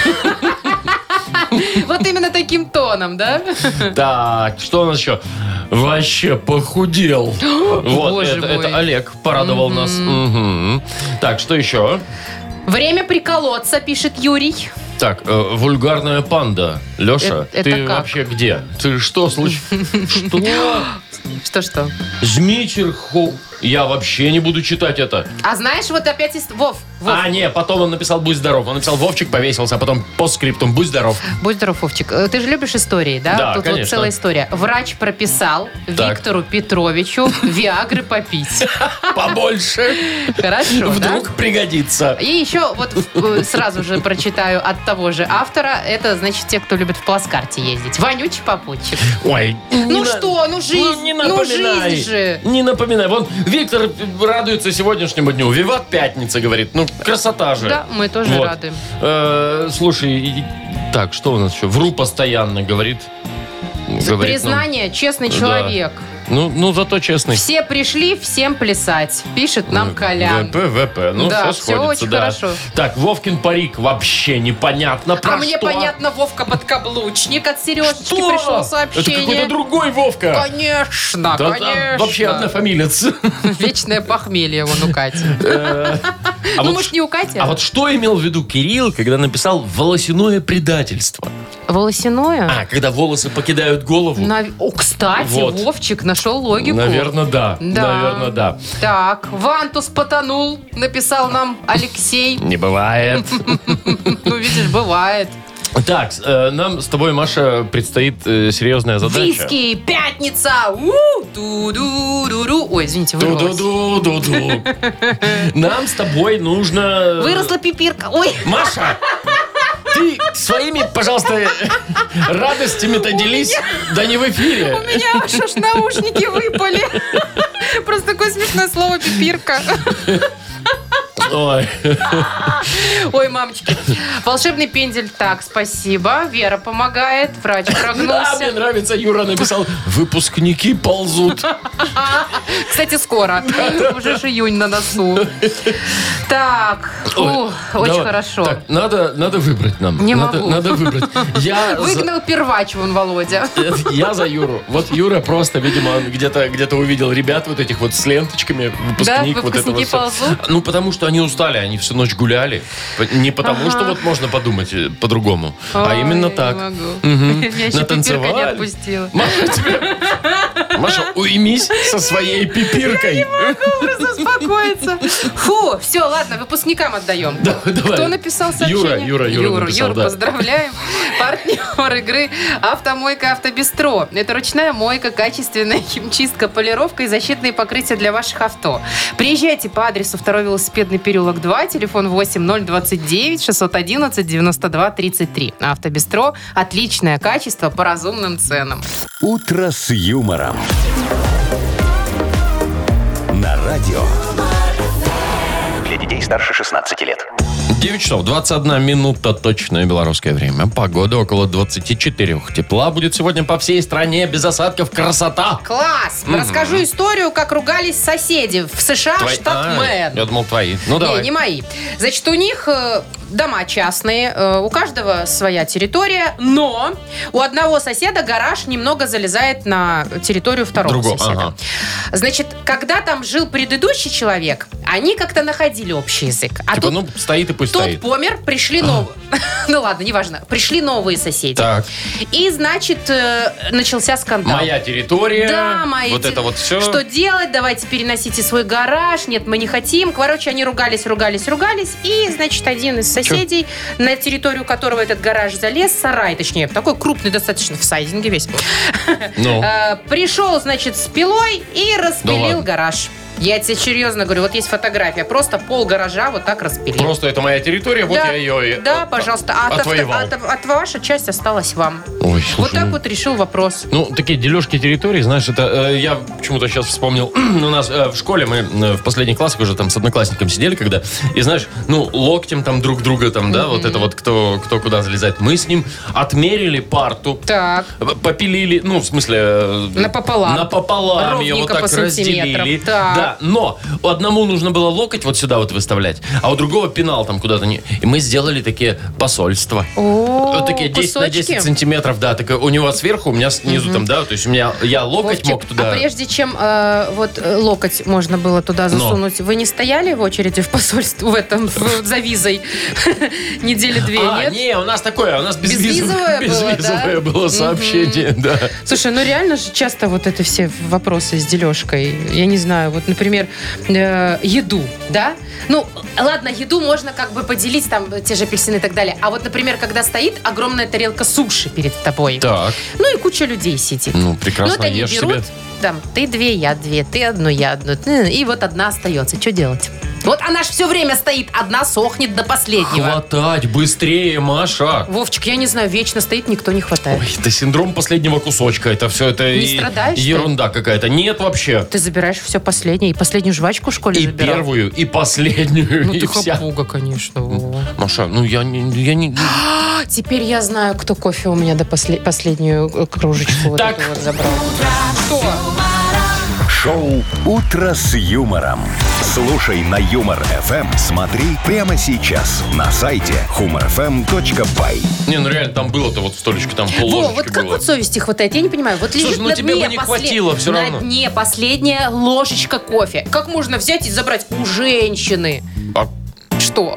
Вот именно таким тоном, да? Так, что у нас еще? Вообще похудел. Вот, Боже это, мой. это Олег порадовал нас. Мгм. Так, что еще? Время приколоться, пишет Юрий. Так, э, вульгарная панда. Леша, Э- это ты как? вообще где? Ты что, случилось? Что? Что-что? Змичерху. Я вообще не буду читать это. А знаешь, вот опять из... Вов, Вов, А, не, потом он написал «Будь здоров». Он написал «Вовчик повесился», а потом по скриптум «Будь здоров». будь здоров, Вовчик. Э, Ты же любишь истории, да? Да, Тут конечно. вот целая история. Врач прописал Так. Виктору Петровичу виагры попить. Побольше. Хорошо, да? Вдруг пригодится. И еще вот э, сразу же прочитаю от того же автора. Это, значит, те, кто любит в плацкарте ездить. Вонючий попутчик. Ой. Ну не на- что, ну жизнь, не ну напоминай. жизнь же. Не напоминай. Вон Виктор радуется сегодняшнему дню. Виват пятница, говорит. Ну, красота же. Да, мы тоже Вот. рады. Э, слушай, и- так, что у нас еще? Вру постоянно, говорит. Говорит нам. Признание, честный Да. человек. Ну, ну, зато честный. Все пришли, всем плясать. Пишет нам Колян. ВП, ВП. Ну, Да, все всё сходится, очень да. хорошо. Так, Вовкин парик вообще непонятно про А мне что. понятно, Вовка подкаблучник. От Сережечки Что? пришло Это сообщение. какой-то другой Вовка. Конечно, Да там конечно. вообще однофамилец. Вечное похмелье вон у Кати. А Ну, вот может, не у Кати? А вот что имел в виду Кирилл, когда написал «волосяное предательство»? Волосяное? А, когда волосы покидают голову? На- О, кстати, Вот. Вовчик нашел логику. Наверное, да. Да. Наверное, да. Так, Вантус потонул, написал нам Алексей. Не бывает. Ну, видишь, бывает. Так, э, нам с тобой, Маша, предстоит э, серьезная задача. Виски, пятница. У, ду-ду-ду-ду. Ой, извините, вырвалась. Ду-ду-ду-ду-ду. Нам с тобой нужно... Выросла пипирка. Ой, Маша, ты своими, пожалуйста, радостями-то делись, да не в эфире. у меня аж аж наушники выпали. Просто такое смешное слово пипирка. Ой. Ой, мамочки. Волшебный пендель. Так, спасибо. Вера помогает. Врач Да, мне прогнулся. нравится, Юра написал, выпускники ползут. Кстати, скоро. Уже ж июнь на носу. Так. Ой, Фу, очень давай. хорошо. Так, надо, надо выбрать нам. Не надо, могу. Надо выбрать. Я за, Выгнал первач вон Володя. я за Юру. Вот Юра просто, видимо, он где-то где увидел ребят вот этих вот с ленточками, выпускник. Да, вот это выпускники вот всё. ползут? Ну, потому что они устали, они всю ночь гуляли. П- Не потому, Ага. что вот можно подумать э, по-другому, а Ой, именно я так. Не могу. Мгм. Меня еще пипирка не Натанцевали. отпустила. Маша, тебе- Маша, уймись со своей пипиркой. Просто успокоиться. Фу, все, ладно, выпускникам отдаем. Да, давай. Кто написал сообщение? Юра, Юра, Юра написал, Юр, да. поздравляем. Партнер игры «Автомойка Автобестро». Это ручная мойка, качественная химчистка, полировка и защитные покрытия для ваших авто. Приезжайте по адресу второй велосипедный переулок два, телефон восемь ноль двадцать девять шестьсот одиннадцать девяносто два тридцать три. Автобестро – отличное качество по разумным ценам. «Утро с юмором». На радио. Для детей старше шестнадцати лет. девять часов двадцать одна минута, точное белорусское время. Погода около двадцать четыре. Тепла будет сегодня по всей стране, без осадков, красота. Класс! Расскажу историю, как ругались соседи в США, Твои- штат А, Мэн. Я думал, твои. Ну, давай. Не, не мои. Значит, у них э, дома частные, э, у каждого своя территория, но у одного соседа гараж немного залезает на территорию второго Другого, соседа. ага. Значит, когда там жил предыдущий человек, они как-то находили общий язык. А Типа, тут ну, стоит и пусть тот стоит. помер, пришли новые. Ну ладно, неважно. Пришли новые соседи. Так. И, значит, э, начался скандал. Моя территория. Да, мои. Вот те- это вот все. Что делать? Давайте переносите свой гараж. Нет, мы не хотим. Короче, они ругались, ругались, ругались. И, значит, один из соседей, на территорию которого этот гараж залез, сарай, точнее, такой крупный достаточно, в сайдинге весь, Ну. э, пришел, значит, с пилой и Да распилил ладно. гараж. Я тебе серьезно говорю, вот есть фотография. Просто пол гаража вот так распилил. Просто это моя территория, вот Да, я ее да, пожалуйста. А от, отвоевал. от- от ваша часть осталась вам. Ой, Вот слушай, так ну, вот решил вопрос. Ну, такие дележки территории, знаешь, это э, я почему-то сейчас вспомнил. У нас э, в школе мы э, в последних классах уже там с одноклассником сидели, когда, и знаешь, ну, локтем там друг друга там, да, вот это вот кто, кто куда залезает. Мы с ним отмерили парту, Так. попилили, ну, в смысле... э, Напополам. Напополам ее вот Ровненько так по сантиметрам. разделили. Так. Да, но одному нужно было локоть вот сюда вот выставлять, а у другого пенал там куда-то не... И мы сделали такие посольства. О, Вот такие десять на кусочки. десять сантиметров, да. Так у него сверху, у меня снизу там, да. То есть у меня, я локоть Вовчик, мог туда... А прежде чем э, вот э, локоть можно было туда засунуть, вы не стояли в очереди в посольстве в этом в- за визой недели две, А, нет? не, у нас такое, у нас Безвизовое безвизовое, было, безвизовое да? было сообщение, да. Слушай, ну реально же часто вот это все вопросы с дележкой. Я не знаю, вот, например, э, еду, да? Ну, ладно, еду можно как бы поделить, там, те же апельсины и так далее. А вот, например, когда стоит огромная тарелка суши перед тобой, Так, ну и куча людей сидит. ну, Ну, прекрасно, вот они ешь берут, себе. там, ты две, я две, ты одну, я одну. И вот одна остается. Что делать? Вот она ж все время стоит, одна сохнет до последнего. Хватать быстрее, Маша. Вовчик, я не знаю, вечно стоит, никто не хватает. Ой, это синдром последнего кусочка. Это все, это Не и- страдаешь, что ли? ерунда какая-то. Нет вообще. Ты забираешь все последнее. И последнюю жвачку в школе И забирал. первую, и последнюю, Ну и ты вся. хапуга, конечно. Вова. Маша, ну я не... Я не... А, теперь я знаю, кто кофе у меня до после- последнюю э, кружечку вот Так. эту вот забрал. Кто? Шоу «Утро с юмором». Слушай на Юмор эф эм. Смотри прямо сейчас на сайте humor f m точка by. Не, ну реально, там было-то вот столечко, там Во, полложечки вот как было. вот совести хватает, я не понимаю. Вот лежит ну на тебе дне бы не послед- хватило всё на равно. дне последняя ложечка кофе. Как можно взять и забрать у женщины? А, Что?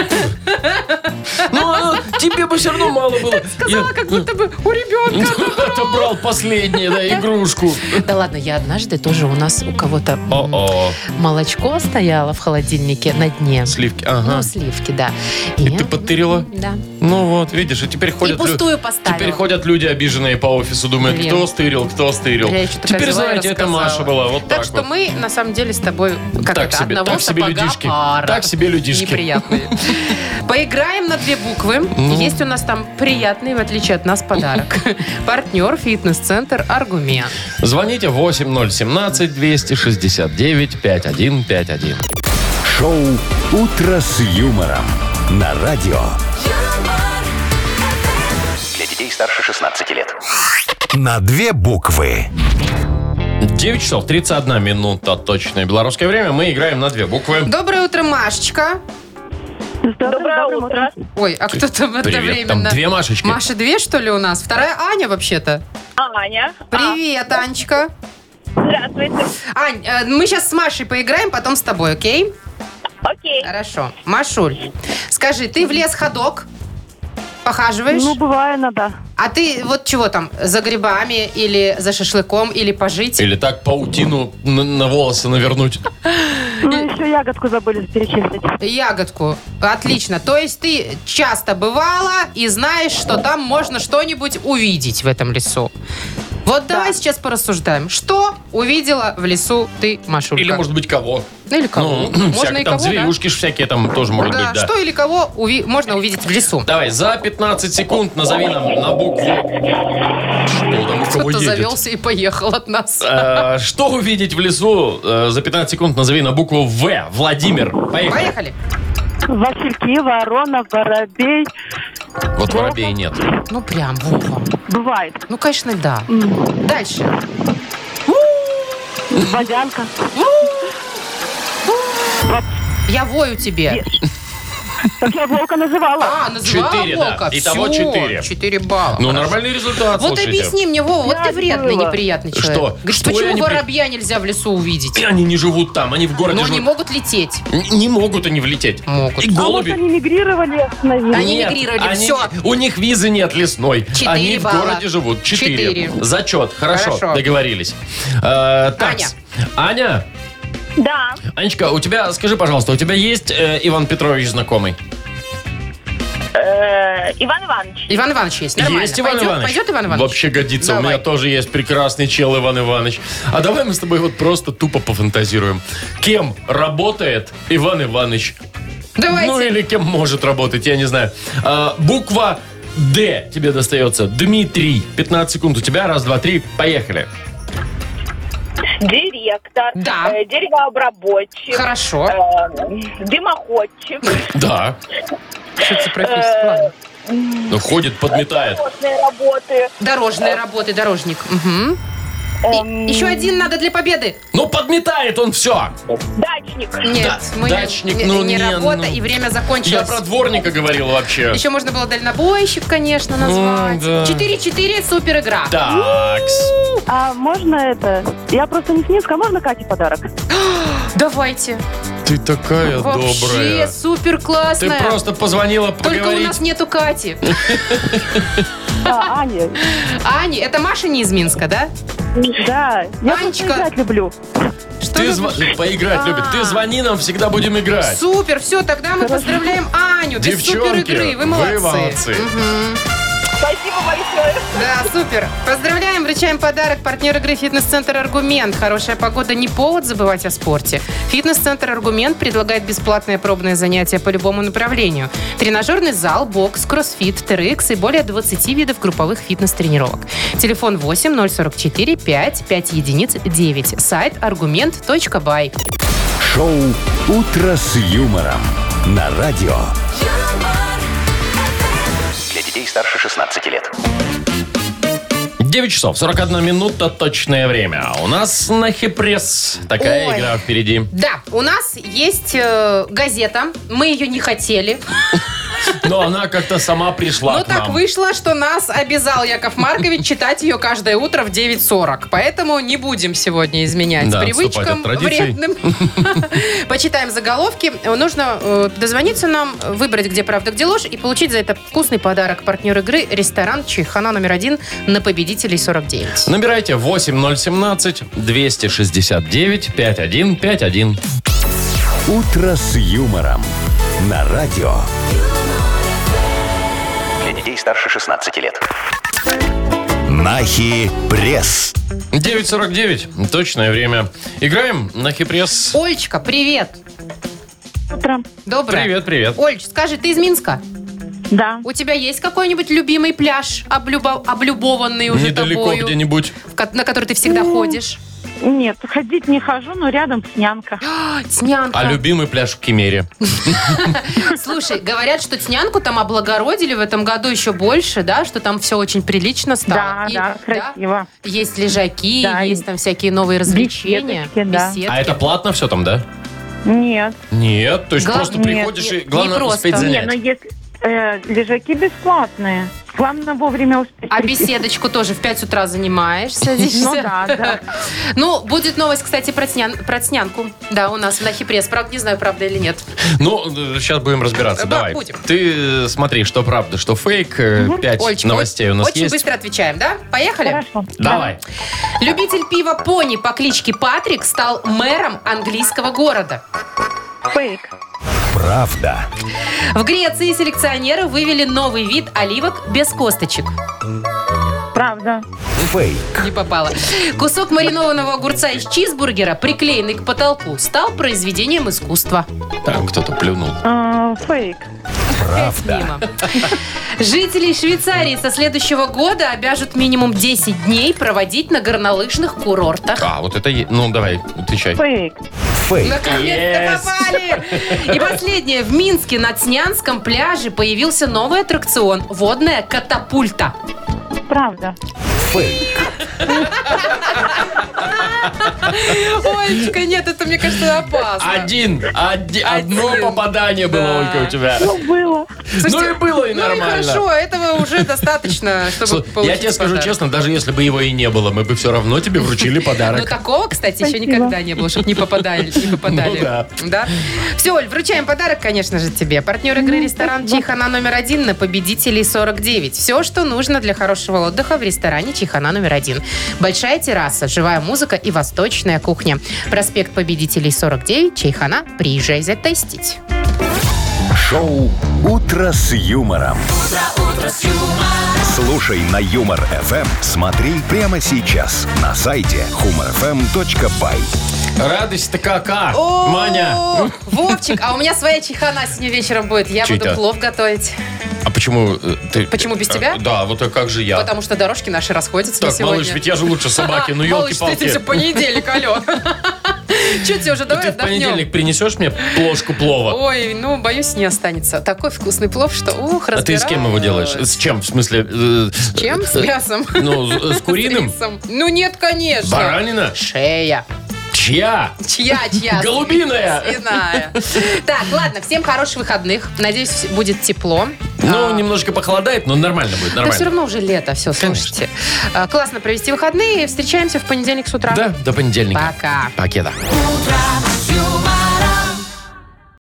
ну, а, тебе бы все равно мало было. Сказала, Я- как будто бы у ребенка. Отобрал последнее, да, игрушку. Да ладно, я однажды тоже у нас у кого-то м, О-о, молочко стояло в холодильнике на дне. сливки, ага. Ну, сливки, да. И ты подтырила? Да. Ну вот, видишь, и теперь ходят... лю- пустую поставила. Теперь ходят люди, обиженные по офису, думают, Блин. кто стырил, кто стырил. Я еще такая Теперь, взяла и знаете, это рассказала. Маша была, вот так, Так что вот. мы, на самом деле, с тобой, как Так это, себе- одного так себе сапога людишки. пара. Так себе людишки. Неприятные. Поиграем на две буквы. Есть у нас там приятный, в отличие от нас, подарок. Партнер, фитнес-центр «Аргумент». Звоните восемь ноль семнадцать двести шестьдесят девять пятьдесят один пятьдесят один. Шоу «Утро с юмором» на радио. Для детей старше шестнадцати лет. На две буквы. девять часов тридцать одна минута, точное белорусское время. Мы играем на две буквы. Доброе утро, Машечка. Доброе утро. Ой, а кто там Привет, одновременно? там две Машечки. Маша две, что ли, у нас? Вторая Аня, вообще-то. Аня. Привет, Анечка. Здравствуйте. Ань, э, мы сейчас с Машей поиграем, потом с тобой, окей? Окей. Хорошо. Машуль, скажи, ты в лес ходок? Похаживаешь? Ну, бывает иногда. А ты вот чего там, за грибами или за шашлыком, или пожить? Или так паутину на, на волосы навернуть. Ну, еще ягодку забыли перечислить. Ягодку. Отлично. То есть ты часто бывала и знаешь, что там можно что-нибудь увидеть в этом лесу. Вот давай сейчас порассуждаем. Что увидела в лесу ты, Машулька? Или, может быть, кого. Ну, или кого. Ну, Можно всякие и там кого, да? зверюшки ж всякие там тоже могут Да, быть, да. что или кого уви- можно увидеть в лесу? Давай, за пятнадцать секунд назови нам на букву... Что там, у кого Кто-то едет? завелся и поехал от нас. Э, Что увидеть в лесу? Э, За пятнадцать секунд назови на букву В. Владимир. Поехали. Поехали. Васильки, ворона, воробей. Вот воробей нет. Ну, прям буква. Бывает. Ну, конечно, да. Дальше. Водянка. Я вою тебе. Так я волка называла. А, называла Четыре, да. волка. Итого Всё, четыре. четыре балла. Ну, Хорошо. нормальный результат, Вот слушайте. объясни мне, Вова, вот ты Пять вредный, было. неприятный человек. Что? Говорит, Что я почему непри- воробья нельзя в лесу увидеть? Они не живут там, они в городе Но живут. они могут лететь. Н- Не могут они влететь. Могут. И А может, голуби. они мигрировали, остановились? Они Нет, мигрировали, они- всё. У них визы нет лесной. Четыре Они в балла. городе живут. Четыре. Четыре. Зачет. Хорошо, Хорошо. договорились. Э, так, Аня. Аня, Да. Анечка, у тебя, скажи, пожалуйста, у тебя есть э, Иван Петрович знакомый? Э, Иван Иванович. Иван Иванович есть, нормально. Есть Иван пойдет, Иванович? Пойдет Иван Иванович? Вообще годится. У Давай. меня тоже есть прекрасный чел Иван Иванович. А давай мы с тобой вот просто тупо пофантазируем. Кем работает Иван Иванович? Давайте. Ну или кем может работать, я не знаю. А, буква Д тебе достается. Дмитрий. пятнадцать секунд у тебя. Раз, два, три. Поехали. Директор. Да. э, деревообработчик. Хорошо. э, дымоходчик. Да. Что это за профессия? Ладно. Ну, ходит, подметает. Работные работы. Дорожные работы, дорожник. Мгм. эм, И- еще один надо для победы. Ну, подметает он все. Дачник. Нет, Да, мы не- дачник, не, ну, не не, работа, ну. и время Я закончилось. про дворника говорил вообще. Еще можно было дальнобойщик, конечно, назвать. да. четыре-четыре, супер игра. Такс. А можно это? Я просто не с Минска, а можно Кате подарок? Давайте. Ты такая Вообще добрая. супер Ты классная. просто позвонила Только поговорить. у нас нету Кати. Да, Аня. Ани, это Маша не из Минска, да? Да. Я просто Анечка. играть люблю. Что Ты любишь? зва- поиграть А. любит. Ты звони нам, всегда будем играть. Супер, все, тогда мы поздравляем Аню. Без Девчонки, супер игры. Вы молодцы. вы молодцы. Мгм. Спасибо большое. Да, супер. Поздравляем, вручаем подарок. Партнер игры «Фитнес-центр Аргумент». Хорошая погода не повод забывать о спорте. «Фитнес-центр Аргумент» предлагает бесплатные пробные занятия по любому направлению. Тренажерный зал, бокс, кроссфит, тэ эр икс и более двадцати видов групповых фитнес-тренировок. Телефон восемь ноль сорок четыре пять пять единиц девять. Сайт аргумент точка бай. Шоу «Утро с юмором» на радио. Для детей старше шестнадцати лет. девять часов сорок одна минута, точное время. А у нас на Хипресс такая Ой. игра впереди. Да, у нас есть э, газета. Мы ее не хотели. Но она как-то сама пришла Но к так нам. вышло, что нас обязал Яков Маркович читать ее каждое утро в девять сорок. Поэтому не будем сегодня изменять Да, привычкам отступать от традиций. вредным. Почитаем заголовки. Нужно э, дозвониться нам, выбрать, где правда, где ложь, и получить за это вкусный подарок. Партнер игры – ресторан «Чайхана» номер один на Победителей сорок девять. Набирайте восемь ноль семнадцать двести шестьдесят девять пятьдесят один пятьдесят один. «Утро с юмором» на радио. Для детей старше шестнадцати лет. Нахи пресс. девять сорок девять. Точное время. Играем на Хипресс. Ольчка, привет. Утро. Доброе. Привет, привет. Ольч, скажи, ты из Минска? Да. У тебя есть какой-нибудь любимый пляж, облюбо- облюбованный уже Недалеко тобою, где-нибудь. в ко- на который ты всегда ходишь? Нет, ходить не хожу, но рядом Снянка. А, Тнянка. А любимый пляж в Кемере. Слушай, говорят, что Тнянку там облагородили в этом году еще больше, да, что там все очень прилично стало. Да, И, да, красиво. есть лежаки, Да, есть и там всякие новые развлечения. беседочки, да. беседки. А это платно все там, да? Нет. Нет, то есть Гла- просто нет, приходишь нет, и главное не просто. успеть Не, Не, занять. но если э, лежаки бесплатные. Главное вовремя успеть. А прийти. беседочку тоже в пять утра занимаешь, садишься? Ну да, да. Ну, будет новость, кстати, про, тнян, про Тнянку. Да, у нас на Хипресс. Правда, не знаю, правда или нет. Ну, сейчас будем разбираться. Да, Давай. будем. Ты э, смотри, что правда, что фейк. Э, Пять Ольчка, новостей у нас очень есть. быстро отвечаем, да? Поехали? Хорошо. Давай. Любитель пива Пони по кличке Патрик стал мэром английского города. Фейк. Правда. В Греции селекционеры вывели новый вид оливок без косточек. Правда. Фейк. Не попало. Кусок маринованного огурца из чизбургера, приклеенный к потолку, стал произведением искусства. Там кто-то плюнул. Э, фейк. Правда. Мимо. Жителей Швейцарии со следующего года обяжут минимум десять дней проводить на горнолыжных курортах. А, вот это... е- Ну, давай, отвечай. Фейк. Фейк. Наконец-то Yes. попали! И последнее. В Минске на Цнянском пляже появился новый аттракцион – водная катапульта. Правда. Фейк. Ольчка, нет, это, мне кажется, опасно. Один, оди- одно Один. попадание было, Да. Ольга, у тебя. Ну, было. Ну и было, и Ну нормально. и хорошо, этого уже достаточно, чтобы Слушай, получить я тебе скажу подарок. честно, даже если бы его и не было, мы бы все равно тебе вручили Ну, подарок. такого, кстати, еще Спасибо. никогда не было, чтобы не попадали. Не попадали. Ну да. Да? Все, Оль, вручаем подарок, конечно же, тебе. Партнер игры «Ресторан Чайхана» номер один на Победителей сорок девять. Все, что нужно для хорошего отдыха в ресторане Чайхана номер один. Большая терраса, живая музыка и восточная кухня. Проспект Победителей сорок девять, Чайхана. Приезжай затестить. Шоу «Утро с юмором». Слушай на Юмор эф эм. Смотри прямо сейчас на сайте humor эф эм точка бай. Радость-то кака, О, Маня. Вовчик, а у меня своя чайхана сегодня вечером будет. Я Чей-то? буду плов готовить. А почему э, ты... Почему без тебя? Э, Да, вот а как же я? Потому что дорожки наши расходятся на Так, сегодня. малыш, ведь я же лучше собаки, ну Малыш, встретимся в елки-палки. понедельник, алло. Че тебе уже, давай Ты в отдохнем. понедельник принесешь мне плошку плова? Ой, ну, боюсь, не останется. Такой вкусный плов, что ух, А ты с кем его делаешь? С чем? В смысле? э, С чем? С мясом? Ну, с- с куриным? С рисом. Ну, нет, конечно. Баранина? Шея. Чья? Чья, чья? Голубиная. Свиная. Так, ладно, всем хороших выходных. Надеюсь, будет тепло. Ну, А, немножко похолодает, но нормально будет, Да все нормально. равно уже лето, все, Конечно. слушайте. А, Классно провести выходные. Встречаемся в понедельник с утра. Да, до понедельника. Пока. Покеда. Утро